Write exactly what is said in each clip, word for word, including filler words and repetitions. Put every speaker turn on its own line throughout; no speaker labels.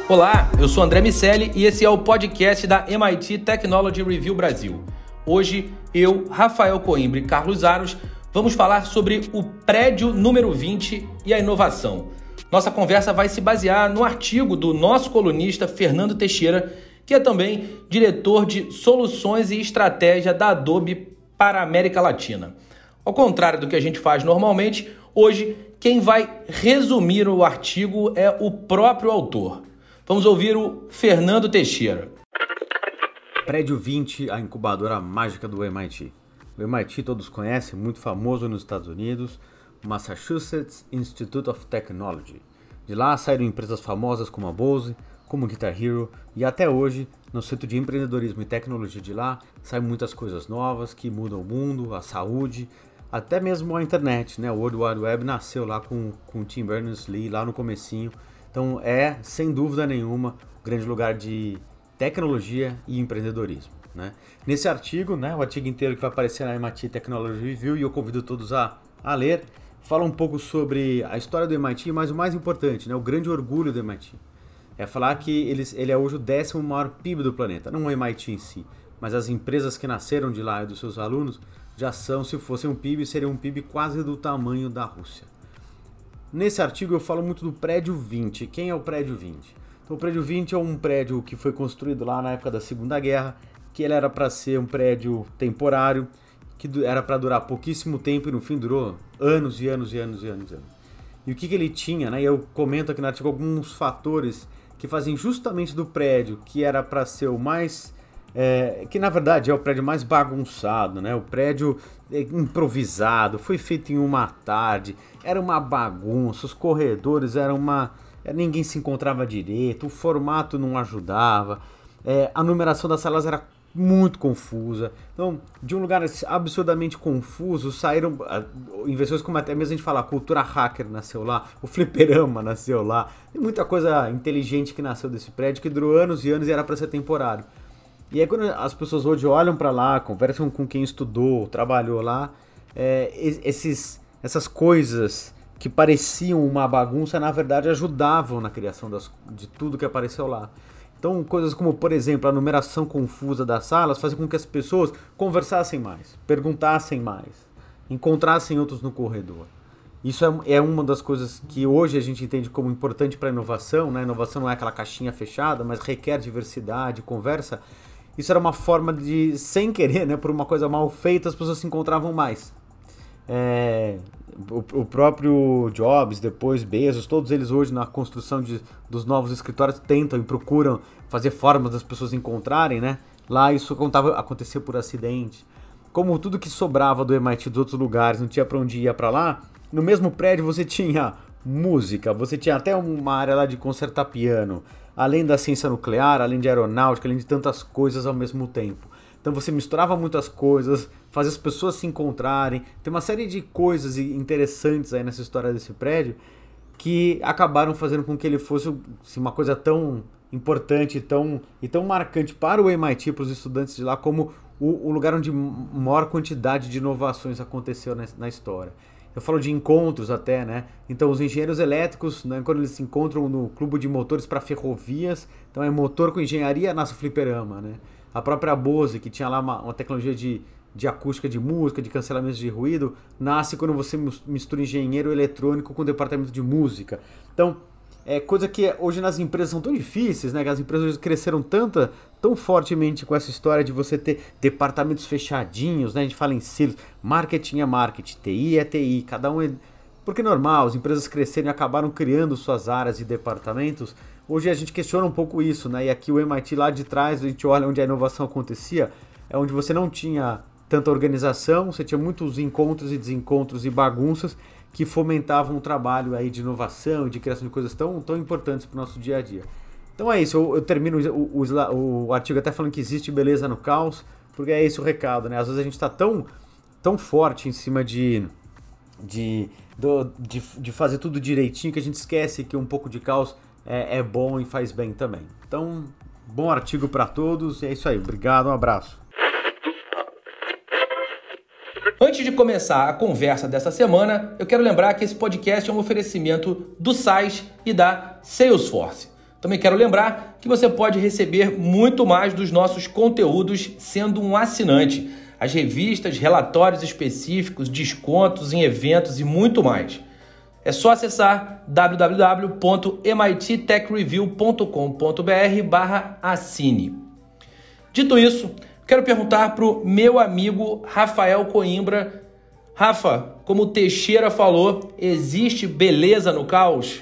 Olá, eu sou André Miceli e esse é o podcast da M I T Technology Review Brasil. Hoje, eu, Rafael Coimbra e Carlos Aros vamos falar sobre o prédio número vinte e a inovação. Nossa conversa vai se basear no artigo do nosso colunista Fernando Teixeira, que é também diretor de soluções e estratégia da Adobe para a América Latina. Ao contrário do que a gente faz normalmente, hoje quem vai resumir o artigo é o próprio autor. Vamos ouvir o Fernando Teixeira.
Prédio vinte, a incubadora mágica do M I T. O M I T todos conhecem, muito famoso nos Estados Unidos, o Massachusetts Institute of Technology. De lá saíram empresas famosas como a Bose, como o Guitar Hero, e até hoje, no Centro de Empreendedorismo e Tecnologia de lá, saem muitas coisas novas que mudam o mundo, a saúde, até mesmo a internet, né? O World Wide Web nasceu lá com, com o Tim Berners-Lee, lá no comecinho. Então é, sem dúvida nenhuma, um grande lugar de tecnologia e empreendedorismo, né? Nesse artigo, né, o artigo inteiro que vai aparecer na M I T Technology Review, e eu convido todos a, a ler, fala um pouco sobre a história do M I T, mas o mais importante, né, o grande orgulho do M I T. É falar que ele, ele é hoje o décimo maior P I B do planeta, não o M I T em si, mas as empresas que nasceram de lá e dos seus alunos já são, se fossem um P I B, seria um P I B quase do tamanho da Rússia. Nesse artigo eu falo muito do prédio vinte. Quem é o prédio vinte? Então, o prédio vinte é um prédio que foi construído lá na época da Segunda Guerra, que ele era para ser um prédio temporário, que era para durar pouquíssimo tempo e no fim durou anos e anos e anos e anos. E, anos. E o que, que ele tinha, né? Eu comento aqui no artigo alguns fatores que fazem justamente do prédio, que era para ser o mais... É, que na verdade é o prédio mais bagunçado, né? O prédio improvisado, foi feito em uma tarde, era uma bagunça, os corredores eram uma... ninguém se encontrava direito, o formato não ajudava, é, a numeração das salas era muito confusa. Então, de um lugar absurdamente confuso, saíram investidores como até mesmo a gente fala, a cultura hacker nasceu lá, o fliperama nasceu lá, tem muita coisa inteligente que nasceu desse prédio, que durou anos e anos e era para ser temporário. E aí quando as pessoas hoje olham para lá, conversam com quem estudou, trabalhou lá, é, esses, essas coisas que pareciam uma bagunça, na verdade ajudavam na criação das, de tudo que apareceu lá. Então coisas como, por exemplo, a numeração confusa das salas fazem com que as pessoas conversassem mais, perguntassem mais, encontrassem outros no corredor. Isso é, é uma das coisas que hoje a gente entende como importante para a inovação, né? A inovação não é aquela caixinha fechada, mas requer diversidade, conversa. Isso era uma forma de, sem querer, né, por uma coisa mal feita, as pessoas se encontravam mais. É, o, o próprio Jobs, depois Bezos, todos eles hoje na construção de, dos novos escritórios tentam e procuram fazer formas das pessoas encontrarem, né? Lá isso contava, acontecia por acidente. Como tudo que sobrava do M I T dos outros lugares, não tinha para onde ir para lá, no mesmo prédio você tinha música, você tinha até uma área lá de consertar piano, além da ciência nuclear, além de aeronáutica, além de tantas coisas ao mesmo tempo. Então você misturava muitas coisas, fazia as pessoas se encontrarem, tem uma série de coisas interessantes aí nessa história desse prédio que acabaram fazendo com que ele fosse assim, uma coisa tão importante tão, e tão marcante para o M I T, para os estudantes de lá, como o, o lugar onde maior quantidade de inovações aconteceu na, na história. Eu falo de encontros até, né? Então os engenheiros elétricos, né, quando eles se encontram no clube de motores para ferrovias, então é motor com engenharia, nasce o fliperama, né? A própria Bose, que tinha lá uma, uma tecnologia de, de acústica de música, de cancelamento de ruído, nasce quando você mistura engenheiro eletrônico com departamento de música. Então, é coisa que hoje nas empresas são tão difíceis, né? Que as empresas hoje cresceram tanto, tão fortemente com essa história de você ter departamentos fechadinhos, né? A gente fala em silos, marketing é marketing, T I é T I, cada um é... Porque é normal, as empresas cresceram e acabaram criando suas áreas e departamentos. Hoje a gente questiona um pouco isso, né? E aqui o M I T lá de trás, a gente olha onde a inovação acontecia, é onde você não tinha tanta organização, você tinha muitos encontros e desencontros e bagunças que fomentavam um trabalho aí de inovação e de criação de coisas tão, tão importantes para o nosso dia a dia. Então é isso, eu, eu termino o, o, o artigo até falando que existe beleza no caos, porque é esse o recado, né? Às vezes a gente está tão, tão forte em cima de, de, do, de, de fazer tudo direitinho que a gente esquece que um pouco de caos é, é bom e faz bem também. Então, bom artigo para todos, é isso aí, obrigado, um abraço.
Antes de começar a conversa dessa semana, eu quero lembrar que esse podcast é um oferecimento do S A I S e da Salesforce. Também quero lembrar que você pode receber muito mais dos nossos conteúdos sendo um assinante. As revistas, relatórios específicos, descontos em eventos e muito mais. É só acessar w w w ponto m i t tech review ponto com ponto b r barra assine. Dito isso, quero perguntar para o meu amigo Rafael Coimbra. Rafa, como o Teixeira falou, existe beleza no caos?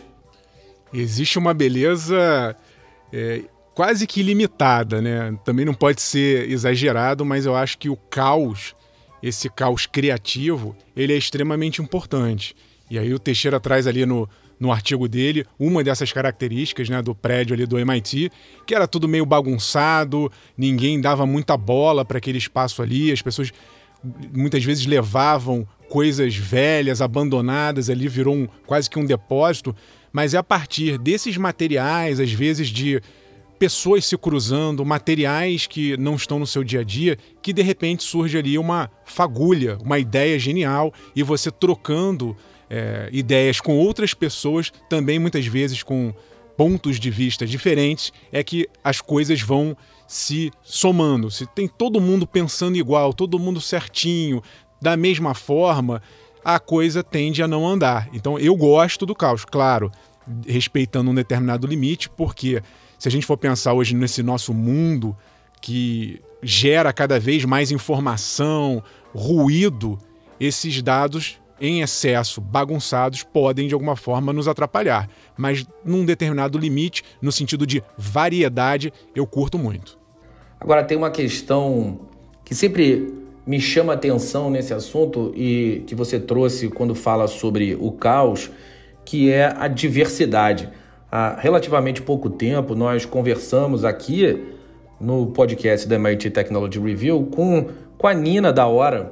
Existe uma beleza é, quase que ilimitada, né? Também não pode ser exagerado, mas eu acho que o caos, esse caos criativo, ele é extremamente importante. E aí o Teixeira traz ali no, no artigo dele uma dessas características, né, do prédio ali do M I T, que era tudo meio bagunçado, ninguém dava muita bola para aquele espaço ali, as pessoas muitas vezes levavam coisas velhas, abandonadas ali, virou um, quase que um depósito, mas é a partir desses materiais, às vezes de pessoas se cruzando, materiais que não estão no seu dia a dia, que de repente surge ali uma fagulha, uma ideia genial, e você trocando é, ideias com outras pessoas, também muitas vezes com pontos de vista diferentes, é que as coisas vão se somando. Se tem todo mundo pensando igual, todo mundo certinho, da mesma forma, a coisa tende a não andar. Então eu gosto do caos, claro, respeitando um determinado limite, porque se a gente for pensar hoje nesse nosso mundo que gera cada vez mais informação, ruído, esses dados em excesso, bagunçados, podem de alguma forma nos atrapalhar. Mas num determinado limite, no sentido de variedade, eu curto muito.
Agora tem uma questão que sempre me chama a atenção nesse assunto e que você trouxe quando fala sobre o caos, que é a diversidade. Há relativamente pouco tempo nós conversamos aqui no podcast da M I T Technology Review com, com a Nina da Hora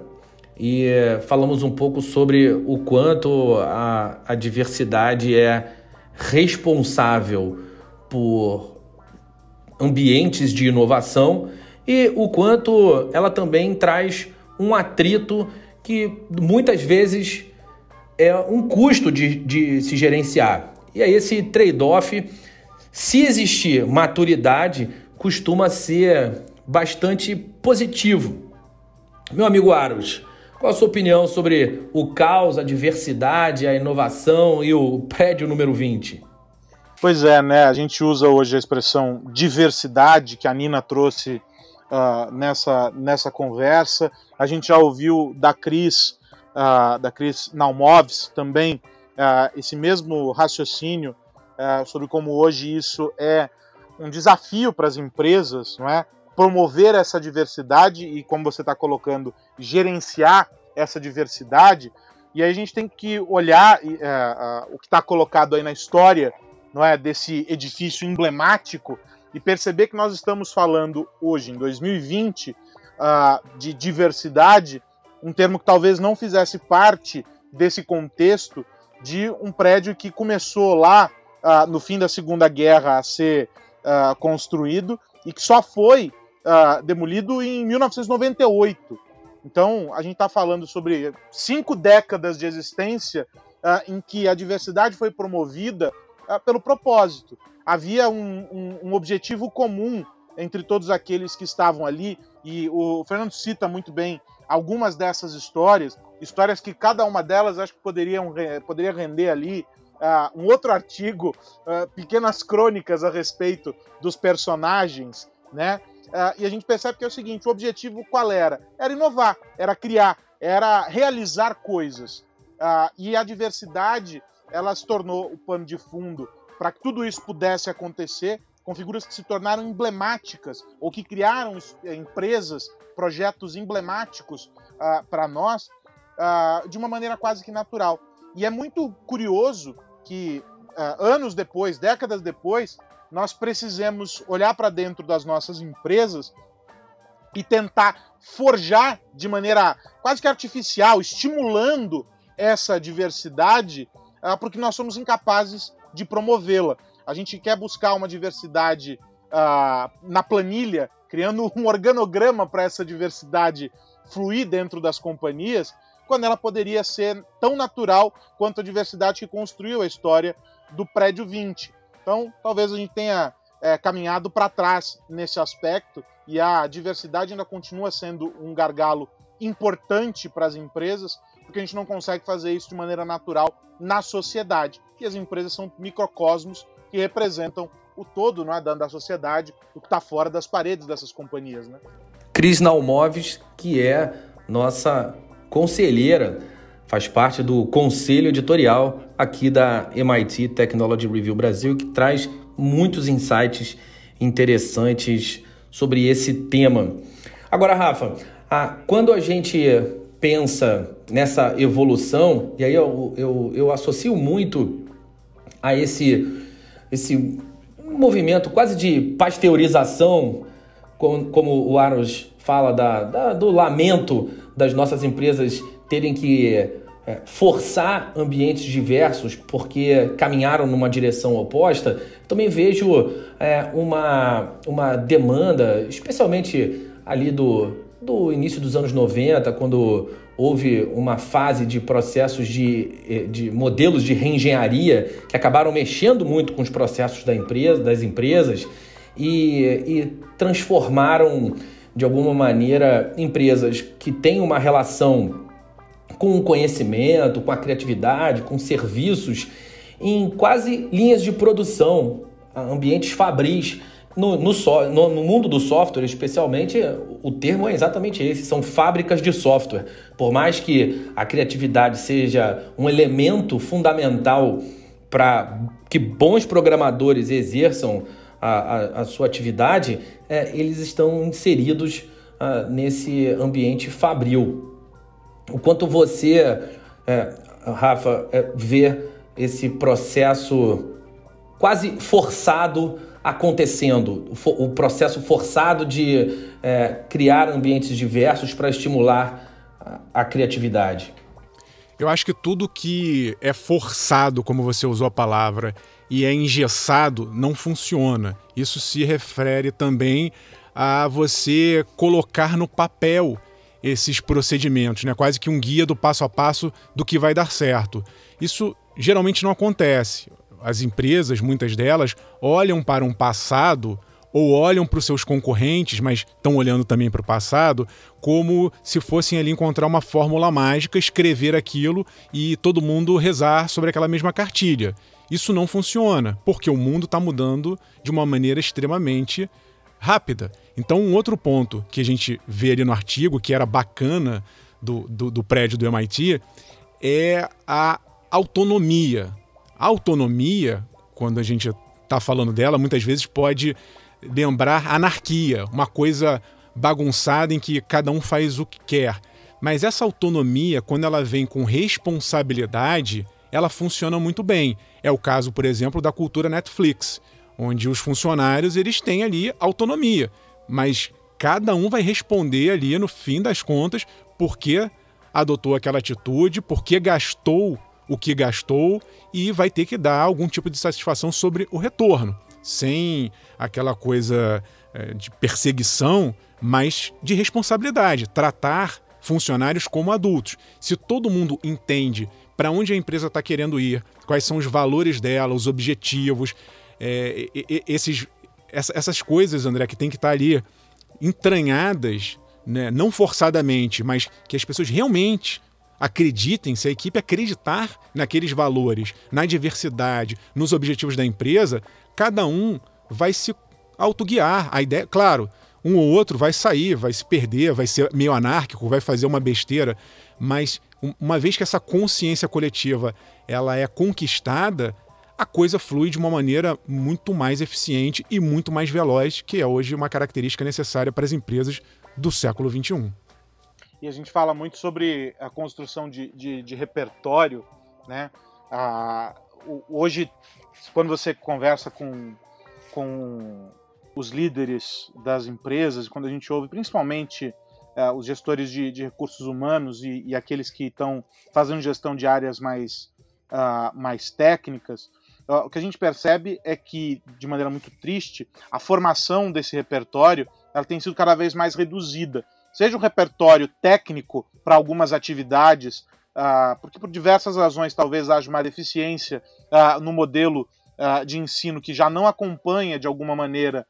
e falamos um pouco sobre o quanto a, a diversidade é responsável por ambientes de inovação e o quanto ela também traz um atrito que muitas vezes é um custo de, de se gerenciar. E aí esse trade-off, se existir maturidade, costuma ser bastante positivo. Meu amigo Aros, qual a sua opinião sobre o caos, a diversidade, a inovação e o prédio número vinte?
Pois é, né? A gente usa hoje a expressão diversidade, que a Nina trouxe uh, nessa, nessa conversa. A gente já ouviu da Cris, uh, da Cris Naumovs também, uh, esse mesmo raciocínio uh, sobre como hoje isso é um desafio para as empresas, não é? Promover essa diversidade e, como você está colocando, gerenciar essa diversidade. E aí a gente tem que olhar uh, uh, o que está colocado aí na história, não é, desse edifício emblemático e perceber que nós estamos falando hoje, em dois mil e vinte, uh, de diversidade, um termo que talvez não fizesse parte desse contexto de um prédio que começou lá uh, no fim da Segunda Guerra a ser uh, construído e que só foi uh, demolido em mil novecentos e noventa e oito. Então, a gente está falando sobre cinco décadas de existência uh, em que a diversidade foi promovida pelo propósito. Havia um, um, um objetivo comum entre todos aqueles que estavam ali, e o Fernando cita muito bem algumas dessas histórias, histórias que cada uma delas acho que poderiam, poderia render ali uh, um outro artigo, uh, pequenas crônicas a respeito dos personagens, né? Uh, e a gente percebe que é o seguinte, o objetivo qual era? Era inovar, era criar, era realizar coisas. Uh, e a diversidade ela se tornou o pano de fundo para que tudo isso pudesse acontecer, com figuras que se tornaram emblemáticas ou que criaram empresas, projetos emblemáticos uh, para nós, uh, de uma maneira quase que natural. E é muito curioso que uh, anos depois, décadas depois, nós precisemos olhar para dentro das nossas empresas e tentar forjar de maneira quase que artificial, estimulando essa diversidade, porque nós somos incapazes de promovê-la. A gente quer buscar uma diversidade uh, na planilha, criando um organograma para essa diversidade fluir dentro das companhias, quando ela poderia ser tão natural quanto a diversidade que construiu a história do Prédio vinte. Então, talvez a gente tenha é, caminhado para trás nesse aspecto e a diversidade ainda continua sendo um gargalo importante para as empresas, porque a gente não consegue fazer isso de maneira natural na sociedade. E as empresas são microcosmos que representam o todo, não é, da, da sociedade, o que está fora das paredes dessas companhias, né?
Cris Nalmoves, que é nossa conselheira, faz parte do conselho editorial aqui da M I T Technology Review Brasil, que traz muitos insights interessantes sobre esse tema. Agora, Rafa, ah, quando a gente pensa nessa evolução, e aí eu, eu, eu associo muito a esse, esse movimento quase de pasteurização, como, como o Aros fala, da, da, do lamento das nossas empresas terem que é, forçar ambientes diversos porque caminharam numa direção oposta. Também vejo é, uma, uma demanda, especialmente ali do, do início dos anos noventa, quando houve uma fase de processos de, de modelos de reengenharia que acabaram mexendo muito com os processos da empresa, das empresas e, e transformaram, de alguma maneira, empresas que têm uma relação com o conhecimento, com a criatividade, com serviços, em quase linhas de produção, ambientes fabris. No, no, so, no, no mundo do software, especialmente, o termo é exatamente esse, são fábricas de software. Por mais que a criatividade seja um elemento fundamental para que bons programadores exerçam a, a, a sua atividade, é, eles estão inseridos ah, nesse ambiente fabril. O quanto você, é, Rafa, é, vê esse processo quase forçado acontecendo, o processo forçado de é, criar ambientes diversos para estimular a, a criatividade?
Eu acho que tudo que é forçado, como você usou a palavra, e é engessado, não funciona. Isso se refere também a você colocar no papel esses procedimentos, né? Quase que um guia do passo a passo do que vai dar certo. Isso geralmente não acontece. As empresas, muitas delas, olham para um passado ou olham para os seus concorrentes, mas estão olhando também para o passado, como se fossem ali encontrar uma fórmula mágica, escrever aquilo e todo mundo rezar sobre aquela mesma cartilha. Isso não funciona, porque o mundo está mudando de uma maneira extremamente rápida. Então, um outro ponto que a gente vê ali no artigo, que era bacana do, do, do prédio do M I T, é a autonomia. A autonomia, quando a gente está falando dela, muitas vezes pode lembrar anarquia, uma coisa bagunçada em que cada um faz o que quer. Mas essa autonomia, quando ela vem com responsabilidade, ela funciona muito bem. É o caso, por exemplo, da cultura Netflix, onde os funcionários eles têm ali autonomia, mas cada um vai responder ali, no fim das contas, por que adotou aquela atitude, por que gastou o que gastou e vai ter que dar algum tipo de satisfação sobre o retorno, sem aquela coisa é, de perseguição, mas de responsabilidade, tratar funcionários como adultos. Se todo mundo entende para onde a empresa está querendo ir, quais são os valores dela, os objetivos, é, esses, essas coisas, André, que tem que estar ali entranhadas, né, não forçadamente, mas que as pessoas realmente acreditem, se a equipe acreditar naqueles valores, na diversidade, nos objetivos da empresa, cada um vai se autoguiar. A ideia, claro, um ou outro vai sair, vai se perder, vai ser meio anárquico, vai fazer uma besteira, mas uma vez que essa consciência coletiva ela é conquistada, a coisa flui de uma maneira muito mais eficiente e muito mais veloz, que é hoje uma característica necessária para as empresas do século vinte e um.
E a gente fala muito sobre a construção de, de, de repertório, né? Ah, hoje, quando você conversa com, com os líderes das empresas, quando a gente ouve principalmente ah, os gestores de, de recursos humanos e, e aqueles que estão fazendo gestão de áreas mais, ah, mais técnicas, ah, o que a gente percebe é que, de maneira muito triste, a formação desse repertório ela tem sido cada vez mais reduzida. Seja um repertório técnico para algumas atividades, uh, porque por diversas razões talvez haja uma deficiência uh, no modelo uh, de ensino que já não acompanha, de alguma maneira,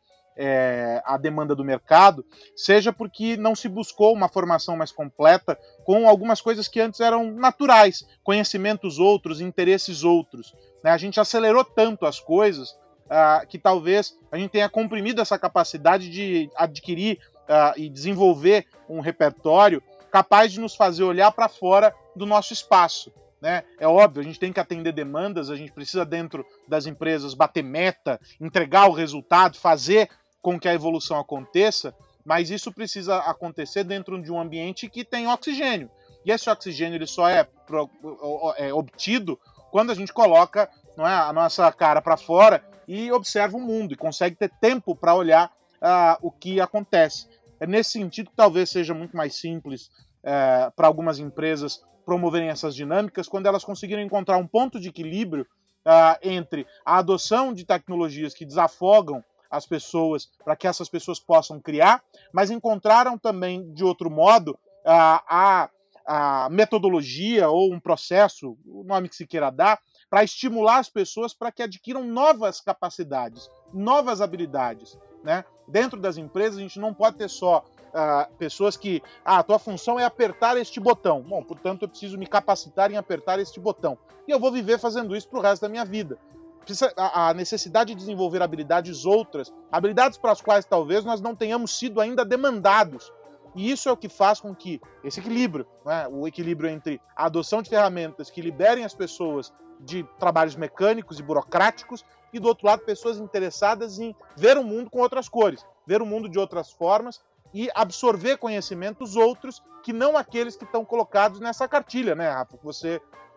é, a demanda do mercado, seja porque não se buscou uma formação mais completa com algumas coisas que antes eram naturais, conhecimentos outros, interesses outros. Né? A gente acelerou tanto as coisas uh, que talvez a gente tenha comprimido essa capacidade de adquirir uh, e desenvolver um repertório capaz de nos fazer olhar para fora do nosso espaço. Né? É óbvio, a gente tem que atender demandas, a gente precisa dentro das empresas bater meta, entregar o resultado, fazer com que a evolução aconteça, mas isso precisa acontecer dentro de um ambiente que tem oxigênio. E esse oxigênio ele só é, pro, é obtido quando a gente coloca, não é, a nossa cara para fora e observa o mundo e consegue ter tempo para olhar uh, o que acontece. É nesse sentido que talvez seja muito mais simples uh, para algumas empresas promoverem essas dinâmicas quando elas conseguirem encontrar um ponto de equilíbrio uh, entre a adoção de tecnologias que desafogam as pessoas para que essas pessoas possam criar, mas encontraram também, de outro modo, uh, a, a metodologia ou um processo, o nome que se queira dar, para estimular as pessoas para que adquiram novas capacidades, novas habilidades. Né? Dentro das empresas, a gente não pode ter só uh, pessoas que, ah, a tua função é apertar este botão. Bom, portanto, eu preciso me capacitar em apertar este botão. E eu vou viver fazendo isso para o resto da minha vida. Precisa, a, a necessidade de desenvolver habilidades outras, habilidades para as quais talvez nós não tenhamos sido ainda demandados. E isso é o que faz com que esse equilíbrio, né, o equilíbrio entre a adoção de ferramentas que liberem as pessoas de trabalhos mecânicos e burocráticos e, do outro lado, pessoas interessadas em ver o mundo com outras cores, ver o mundo de outras formas e absorver conhecimentos outros que não aqueles que estão colocados nessa cartilha, né, Rafa, que você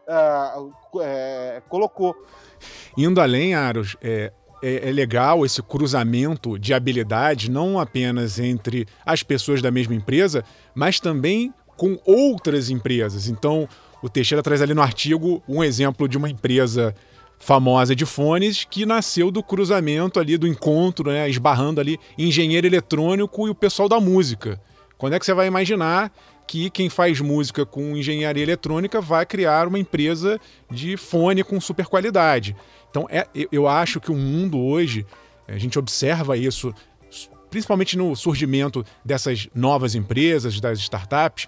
uh, é, colocou.
Indo além, Aros, é, é, é legal esse cruzamento de habilidades, não apenas entre as pessoas da mesma empresa, mas também com outras empresas. Então, o Teixeira traz ali no artigo um exemplo de uma empresa famosa de fones que nasceu do cruzamento ali, do encontro, né, esbarrando ali engenheiro eletrônico e o pessoal da música. Quando é que você vai imaginar que quem faz música com engenharia eletrônica vai criar uma empresa de fone com super qualidade? Então, é, eu acho que o mundo hoje, a gente observa isso, principalmente no surgimento dessas novas empresas, das startups,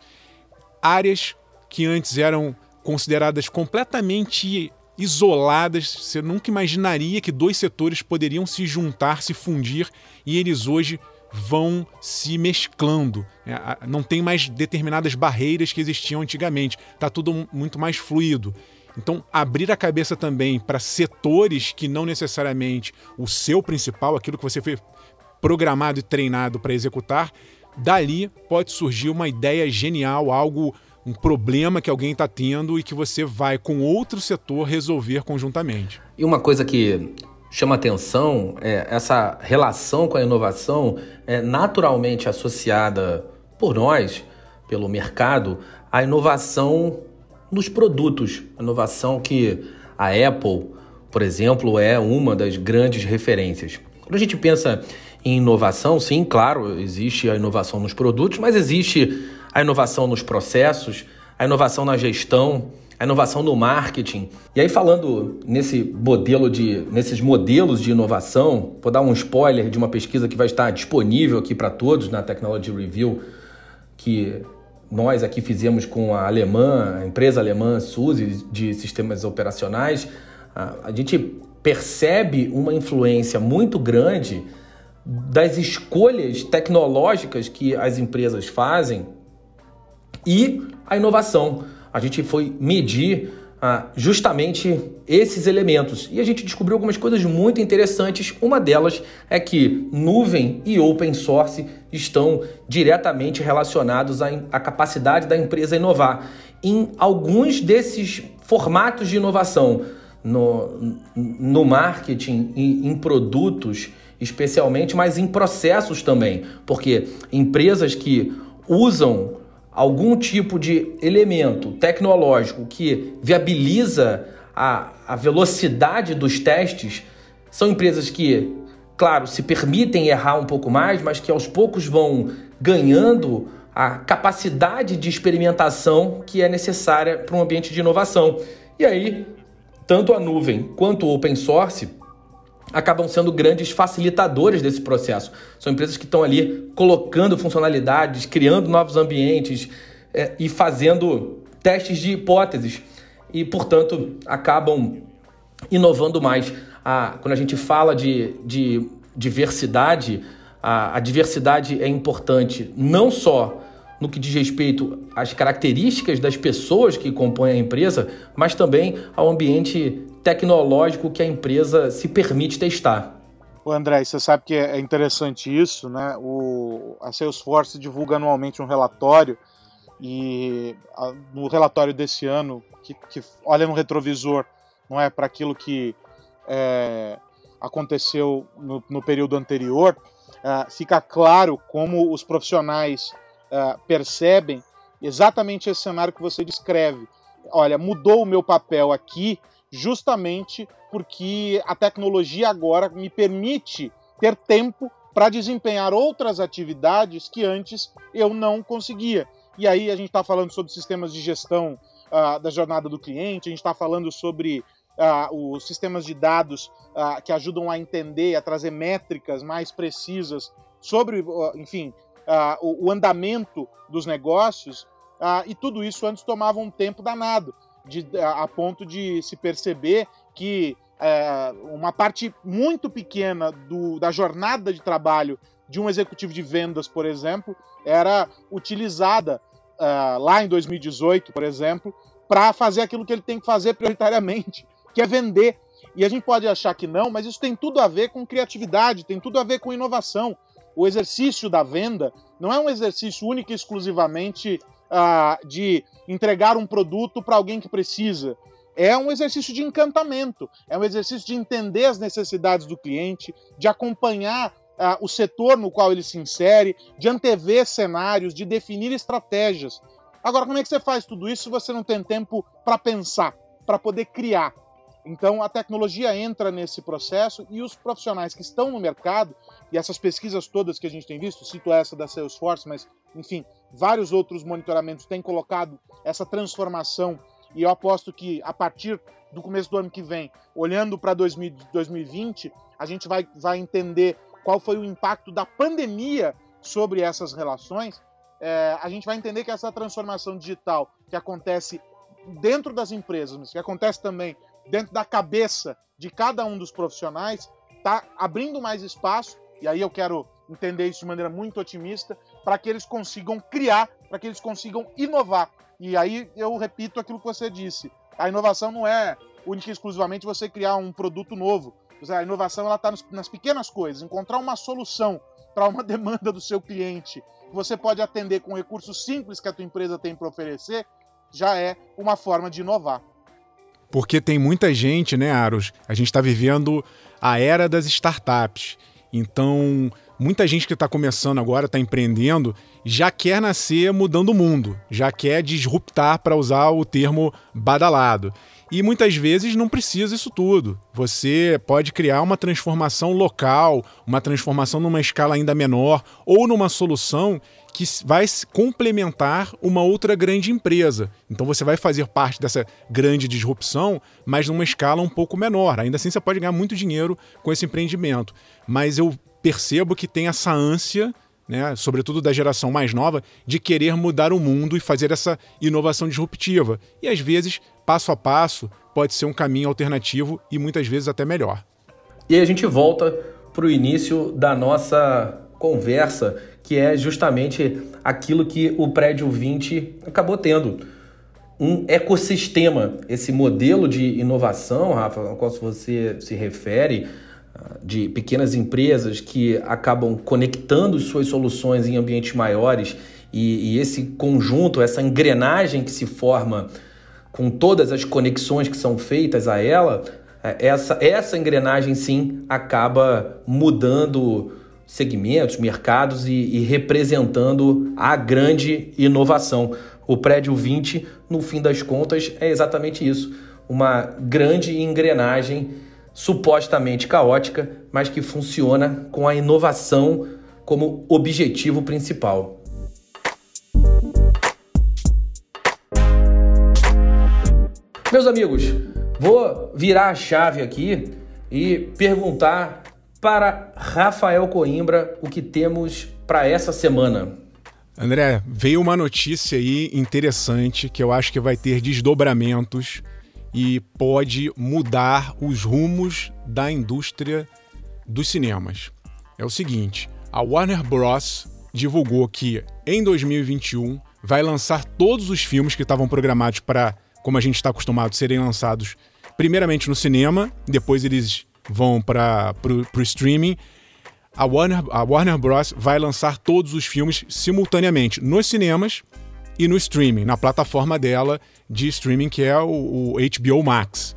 áreas que antes eram consideradas completamente isoladas, você nunca imaginaria que dois setores poderiam se juntar, se fundir, e eles hoje vão se mesclando. Não tem mais determinadas barreiras que existiam antigamente, está tudo muito mais fluido. Então, abrir a cabeça também para setores que não necessariamente o seu principal, aquilo que você foi programado e treinado para executar, dali pode surgir uma ideia genial, algo, um problema que alguém está tendo e que você vai, com outro setor, resolver conjuntamente.
E uma coisa que chama atenção é essa relação com a inovação é naturalmente associada por nós, pelo mercado, à inovação nos produtos. A inovação que a Apple, por exemplo, é uma das grandes referências. Quando a gente pensa em inovação, sim, claro, existe a inovação nos produtos, mas existe a inovação nos processos, a inovação na gestão, a inovação no marketing. E aí, falando nesse modelo de, nesses modelos de inovação, vou dar um spoiler de uma pesquisa que vai estar disponível aqui para todos na Technology Review, que nós aqui fizemos com a alemã, a empresa alemã SUSE de sistemas operacionais. A gente percebe uma influência muito grande das escolhas tecnológicas que as empresas fazem e a inovação. A gente foi medir ah, justamente esses elementos e a gente descobriu algumas coisas muito interessantes. Uma delas é que nuvem e open source estão diretamente relacionados à, à capacidade da empresa inovar. Em alguns desses formatos de inovação, no, no marketing e em produtos especialmente, mas em processos também, porque empresas que usam algum tipo de elemento tecnológico que viabiliza a, a velocidade dos testes, são empresas que, claro, se permitem errar um pouco mais, mas que aos poucos vão ganhando a capacidade de experimentação que é necessária para um ambiente de inovação. E aí, tanto a nuvem quanto o open source acabam sendo grandes facilitadores desse processo. São empresas que estão ali colocando funcionalidades, criando novos ambientes é, e fazendo testes de hipóteses e, portanto, acabam inovando mais. Ah, quando a gente fala de, de diversidade, a, a diversidade é importante não só no que diz respeito às características das pessoas que compõem a empresa, mas também ao ambiente tecnológico que a empresa se permite testar.
O André, você sabe que é interessante isso, né? O, a Salesforce divulga anualmente um relatório e a, no relatório desse ano, que, que olha no retrovisor, não é, para aquilo que é, aconteceu no, no período anterior, é, fica claro como os profissionais Uh, percebem exatamente esse cenário que você descreve. Olha, mudou o meu papel aqui justamente porque a tecnologia agora me permite ter tempo para desempenhar outras atividades que antes eu não conseguia. E aí a gente está falando sobre sistemas de gestão uh, da jornada do cliente, a gente está falando sobre uh, os sistemas de dados uh, que ajudam a entender, a trazer métricas mais precisas sobre, uh, enfim, Uh, o, o andamento dos negócios, uh, e tudo isso antes tomava um tempo danado, de, a, a ponto de se perceber que uh, uma parte muito pequena do, da jornada de trabalho de um executivo de vendas, por exemplo, era utilizada uh, lá em dois mil e dezoito, por exemplo, para fazer aquilo que ele tem que fazer prioritariamente, que é vender. E a gente pode achar que não, mas isso tem tudo a ver com criatividade, tem tudo a ver com inovação. O exercício da venda não é um exercício único e exclusivamente uh, de entregar um produto para alguém que precisa. É um exercício de encantamento, é um exercício de entender as necessidades do cliente, de acompanhar uh, o setor no qual ele se insere, de antever cenários, de definir estratégias. Agora, como é que você faz tudo isso se você não tem tempo para pensar, para poder criar? Então, a tecnologia entra nesse processo e os profissionais que estão no mercado, e essas pesquisas todas que a gente tem visto, cito essa da Salesforce, mas, enfim, vários outros monitoramentos têm colocado essa transformação, e eu aposto que, a partir do começo do ano que vem, olhando para dois mil e vinte, a gente vai, vai entender qual foi o impacto da pandemia sobre essas relações. É, a gente vai entender que essa transformação digital que acontece dentro das empresas, mas que acontece também dentro da cabeça de cada um dos profissionais, está abrindo mais espaço, e aí eu quero entender isso de maneira muito otimista, para que eles consigam criar, para que eles consigam inovar. E aí eu repito aquilo que você disse, a inovação não é única e exclusivamente você criar um produto novo, a inovação está nas pequenas coisas, encontrar uma solução para uma demanda do seu cliente, que você pode atender com recursos simples que a tua empresa tem para oferecer, já é uma forma de inovar.
Porque tem muita gente, né, Aros? A gente está vivendo a era das startups. Então, muita gente que está começando agora, está empreendendo, já quer nascer mudando o mundo, já quer disruptar, para usar o termo badalado. E muitas vezes não precisa isso tudo. Você pode criar uma transformação local, uma transformação numa escala ainda menor, ou numa solução que vai complementar uma outra grande empresa. Então você vai fazer parte dessa grande disrupção, mas numa escala um pouco menor. Ainda assim você pode ganhar muito dinheiro com esse empreendimento. Mas eu percebo que tem essa ânsia, né, sobretudo da geração mais nova, de querer mudar o mundo e fazer essa inovação disruptiva. E às vezes, passo a passo, pode ser um caminho alternativo e muitas vezes até melhor.
E aí a gente volta para o início da nossa conversa, que é justamente aquilo que o Prédio vinte acabou tendo. Um ecossistema, esse modelo de inovação, Rafa, ao qual você se refere, de pequenas empresas que acabam conectando suas soluções em ambientes maiores e, e esse conjunto, essa engrenagem que se forma com todas as conexões que são feitas a ela, essa, essa engrenagem sim acaba mudando segmentos, mercados e, e representando a grande inovação. O Prédio vinte, no fim das contas, é exatamente isso, uma grande engrenagem supostamente caótica, mas que funciona com a inovação como objetivo principal. Meus amigos, vou virar a chave aqui e perguntar para Rafael Coimbra o que temos para essa semana.
André, veio uma notícia aí interessante que eu acho que vai ter desdobramentos e pode mudar os rumos da indústria dos cinemas. É o seguinte, a Warner Bros. Divulgou que em dois mil e vinte e um vai lançar todos os filmes que estavam programados para, como a gente está acostumado, serem lançados primeiramente no cinema, depois eles vão para o streaming. A Warner, a Warner Bros. Vai lançar todos os filmes simultaneamente nos cinemas e no streaming, na plataforma dela de streaming, que é o, o H B O Max.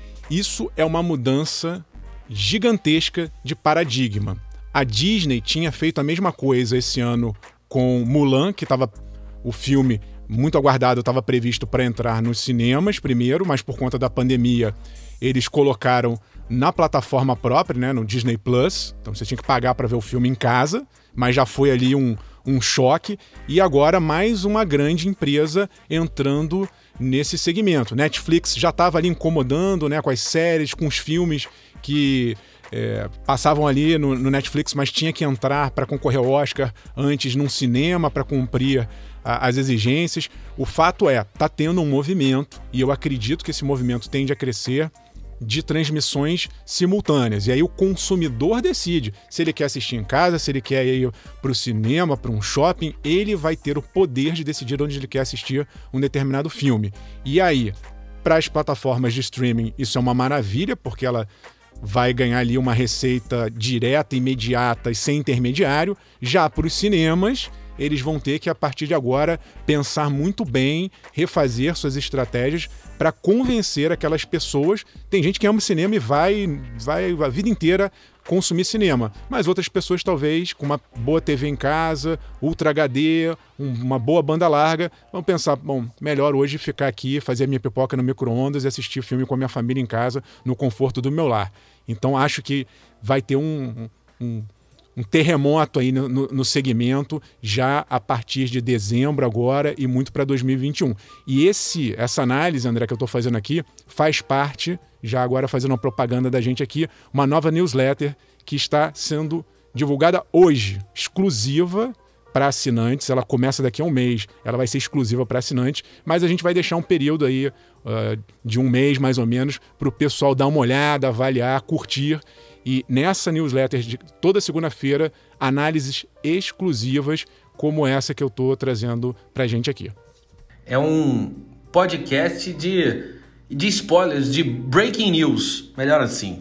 Isso é uma mudança gigantesca de paradigma. A Disney tinha feito a mesma coisa esse ano com Mulan, que estava o filme muito aguardado, estava previsto para entrar nos cinemas primeiro, mas por conta da pandemia eles colocaram na plataforma própria, né, no Disney Plus. Então você tinha que pagar para ver o filme em casa, mas já foi ali um, um choque. E agora mais uma grande empresa entrando nesse segmento. Netflix já estava ali incomodando, né, com as séries, com os filmes que É, passavam ali no, no Netflix, mas tinha que entrar para concorrer ao Oscar antes num cinema para cumprir a, as exigências. O fato é, tá tendo um movimento, e eu acredito que esse movimento tende a crescer, de transmissões simultâneas. E aí o consumidor decide se ele quer assistir em casa, se ele quer ir para o cinema, para um shopping, ele vai ter o poder de decidir onde ele quer assistir um determinado filme. E aí, para as plataformas de streaming, isso é uma maravilha, porque ela vai ganhar ali uma receita direta, imediata e sem intermediário. Já para os cinemas, eles vão ter que, a partir de agora, pensar muito bem, refazer suas estratégias para convencer aquelas pessoas. Tem gente que ama cinema e vai, vai a vida inteira consumir cinema, mas outras pessoas talvez com uma boa T V em casa, Ultra H D, um, uma boa banda larga, vão pensar, bom, melhor hoje ficar aqui, fazer a minha pipoca no micro-ondas e assistir filme com a minha família em casa, no conforto do meu lar. Então acho que vai ter um, um, um terremoto aí no, no, no segmento já a partir de dezembro agora e muito para dois mil e vinte e um. E esse, essa análise, André, que eu estou fazendo aqui, faz parte, já agora fazendo uma propaganda da gente aqui, uma nova newsletter que está sendo divulgada hoje, exclusiva para assinantes. Ela começa daqui a um mês, ela vai ser exclusiva para assinantes, mas a gente vai deixar um período aí uh, de um mês mais ou menos para o pessoal dar uma olhada, avaliar, curtir. E nessa newsletter de toda segunda-feira, análises exclusivas como essa que eu estou trazendo para a gente aqui.
É um podcast de, de spoilers, de breaking news, melhor assim.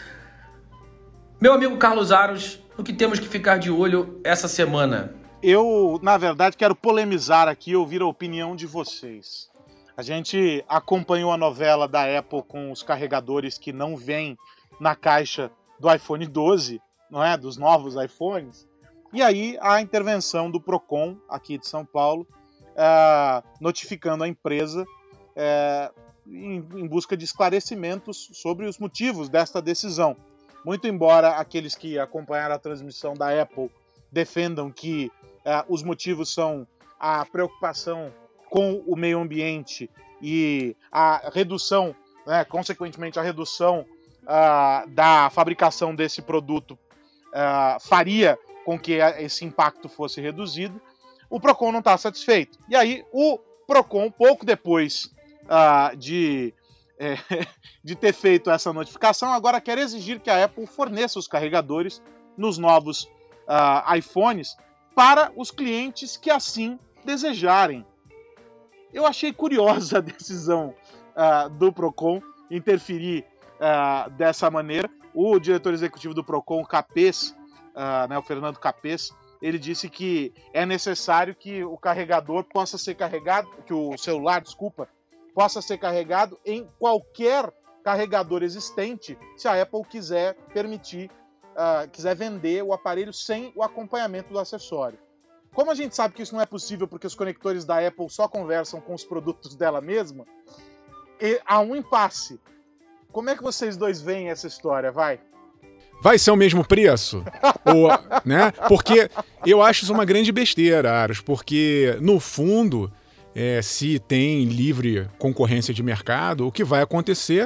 Meu amigo Carlos Aros, o que temos que ficar de olho essa semana?
Eu, na verdade, quero polemizar aqui e ouvir a opinião de vocês. A gente acompanhou a novela da Apple com os carregadores que não vêm na caixa do iPhone doze, não é? Dos novos iPhones. E aí a intervenção do Procon, aqui de São Paulo, é, notificando a empresa é, em, em busca de esclarecimentos sobre os motivos desta decisão. Muito embora aqueles que acompanharam a transmissão da Apple defendam que é, os motivos são a preocupação com o meio ambiente e a redução, né, consequentemente a redução uh, da fabricação desse produto uh, faria com que esse impacto fosse reduzido, o Procon não está satisfeito. E aí o Procon, pouco depois uh, de, é, de ter feito essa notificação, agora quer exigir que a Apple forneça os carregadores nos novos uh, iPhones para os clientes que assim desejarem. Eu achei curiosa a decisão uh, do Procon interferir uh, dessa maneira. O diretor executivo do Procon, o Capês, uh, né, o Fernando Capês, ele disse que é necessário que o carregador possa ser carregado, que o celular, desculpa, possa ser carregado em qualquer carregador existente, se a Apple quiser permitir, uh, quiser vender o aparelho sem o acompanhamento do acessório. Como a gente sabe que isso não é possível porque os conectores da Apple só conversam com os produtos dela mesma, e há um impasse. Como é que vocês dois veem essa história? Vai.
Vai ser o mesmo preço? Ou, né? Porque eu acho isso uma grande besteira, Aros, porque, no fundo, é, se tem livre concorrência de mercado, o que vai acontecer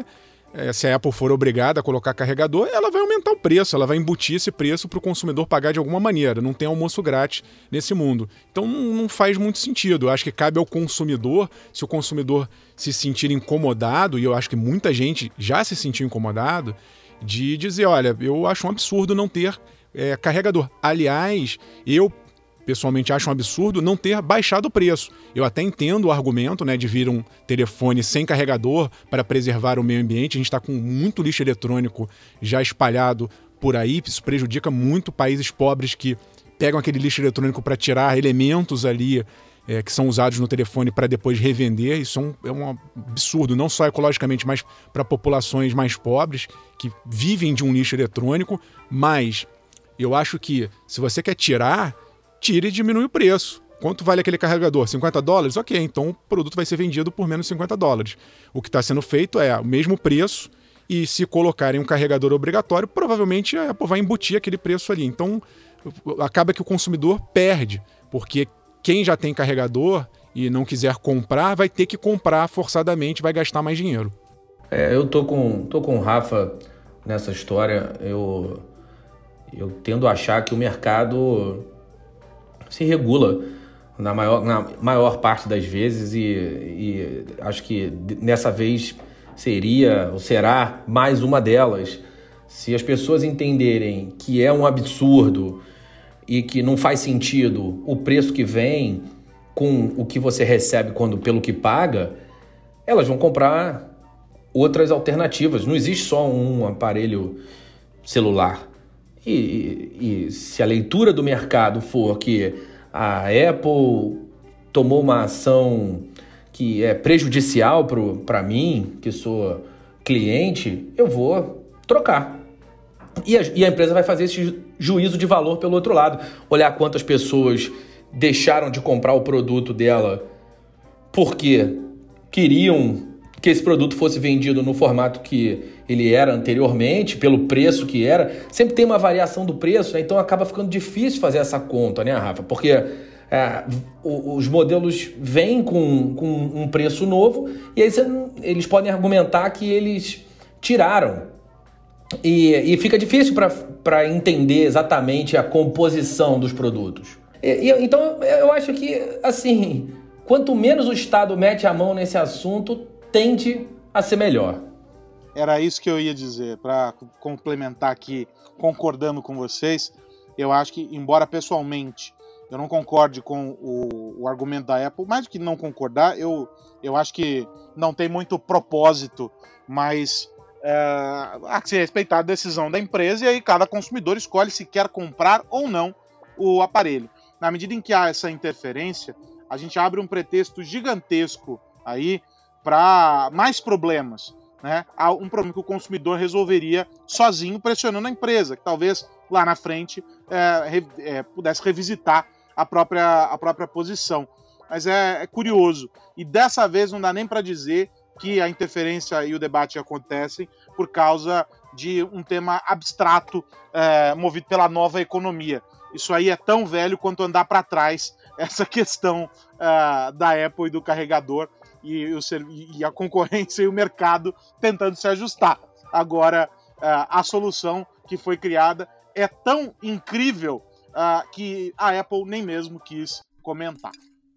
é, se a Apple for obrigada a colocar carregador, ela vai aumentar o preço, ela vai embutir esse preço para o consumidor pagar de alguma maneira. Não tem almoço grátis nesse mundo. Então não, não faz muito sentido. Eu acho que cabe ao consumidor, se o consumidor se sentir incomodado, e eu acho que muita gente já se sentiu incomodado, de dizer, olha, eu acho um absurdo não ter é, carregador. Aliás, eu pessoalmente acho um absurdo não ter baixado o preço. Eu até entendo o argumento, né, de vir um telefone sem carregador para preservar o meio ambiente. A gente está com muito lixo eletrônico já espalhado por aí. Isso prejudica muito países pobres que pegam aquele lixo eletrônico para tirar elementos ali é, que são usados no telefone para depois revender. Isso é um, é um absurdo, não só ecologicamente, mas para populações mais pobres que vivem de um lixo eletrônico. Mas eu acho que se você quer tirar, tire e diminui o preço. Quanto vale aquele carregador? cinquenta dólares? Ok, então o produto vai ser vendido por menos cinquenta dólares. O que está sendo feito é o mesmo preço e se colocarem um carregador obrigatório, provavelmente a Apple vai embutir aquele preço ali. Então acaba que o consumidor perde, porque quem já tem carregador e não quiser comprar, vai ter que comprar forçadamente, vai gastar mais dinheiro.
É, eu tô com, tô com o Rafa nessa história. Eu, eu tendo a achar que o mercado se regula na maior, na maior parte das vezes e, e acho que nessa vez seria ou será mais uma delas. Se as pessoas entenderem que é um absurdo e que não faz sentido o preço que vem com o que você recebe quando, pelo que paga, elas vão comprar outras alternativas. Não existe só um aparelho celular. E, e, e se a leitura do mercado for que a Apple tomou uma ação que é prejudicial para mim, que sou cliente, eu vou trocar. E a, e a empresa vai fazer esse juízo de valor pelo outro lado. Olhar quantas pessoas deixaram de comprar o produto dela porque queriam que esse produto fosse vendido no formato que ele era anteriormente, pelo preço que era. Sempre tem uma variação do preço, né? Então acaba ficando difícil fazer essa conta, né, Rafa? Porque é, os modelos vêm com, com um preço novo e aí você, eles podem argumentar que eles tiraram. E, e fica difícil para entender exatamente a composição dos produtos. E, e, então eu acho que, assim, quanto menos o Estado mete a mão nesse assunto, tende a ser melhor.
Era isso que eu ia dizer, para complementar aqui, concordando com vocês. Eu acho que, embora pessoalmente eu não concorde com o, o argumento da Apple, mais do que não concordar, eu, eu acho que não tem muito propósito, mas é, há que se respeitar a decisão da empresa e aí cada consumidor escolhe se quer comprar ou não o aparelho. Na medida em que há essa interferência, a gente abre um pretexto gigantesco aí para mais problemas, né? Há um problema que o consumidor resolveria sozinho pressionando a empresa, que talvez lá na frente é, re, é, pudesse revisitar a própria, a própria posição. Mas é, é curioso, e dessa vez não dá nem para dizer que a interferência e o debate acontecem por causa de um tema abstrato é, movido pela nova economia. Isso aí é tão velho quanto andar para trás, essa questão uh, da Apple e do carregador e, o, e a concorrência e o mercado tentando se ajustar. Agora, uh, a solução que foi criada é tão incrível uh, que a Apple nem mesmo quis comentar.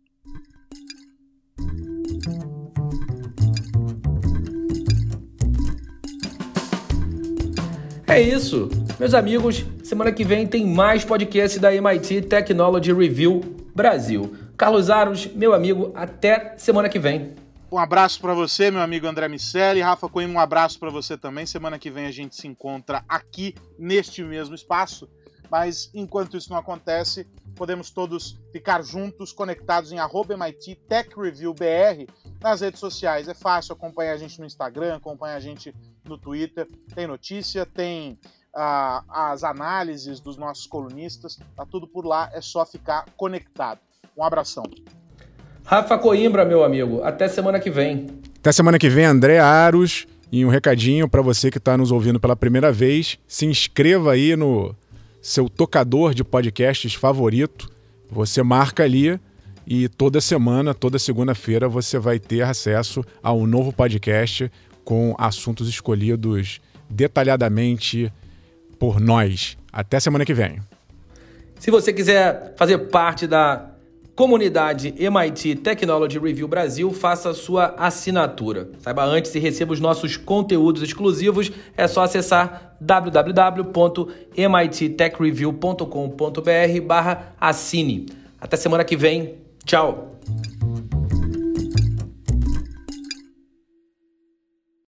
É isso, meus amigos. Semana que vem tem mais podcast da M I T Technology Review Brasil. Carlos Aros, meu amigo, até semana que vem.
Um abraço para você, meu amigo André Miceli. Rafa Coimbra, um abraço para você também. Semana que vem a gente se encontra aqui neste mesmo espaço. Mas enquanto isso não acontece, podemos todos ficar juntos, conectados em arroba M I T Tech Review B R nas redes sociais. É fácil acompanhar a gente no Instagram, acompanhar a gente no Twitter. Tem notícia, tem uh, as análises dos nossos colunistas. Tá tudo por lá, é só ficar conectado. Um abração.
Rafa Coimbra, meu amigo, até semana que vem.
Até semana que vem, André Aros. E um recadinho para você que está nos ouvindo pela primeira vez. Se inscreva aí no seu tocador de podcasts favorito. Você marca ali e toda semana, toda segunda-feira, você vai ter acesso a um novo podcast com assuntos escolhidos detalhadamente por nós. Até semana que vem.
Se você quiser fazer parte da comunidade M I T Technology Review Brasil, faça a sua assinatura. Saiba antes e receba os nossos conteúdos exclusivos. É só acessar w w w ponto m i t tech review ponto com ponto b r barra assine. Até semana que vem. Tchau!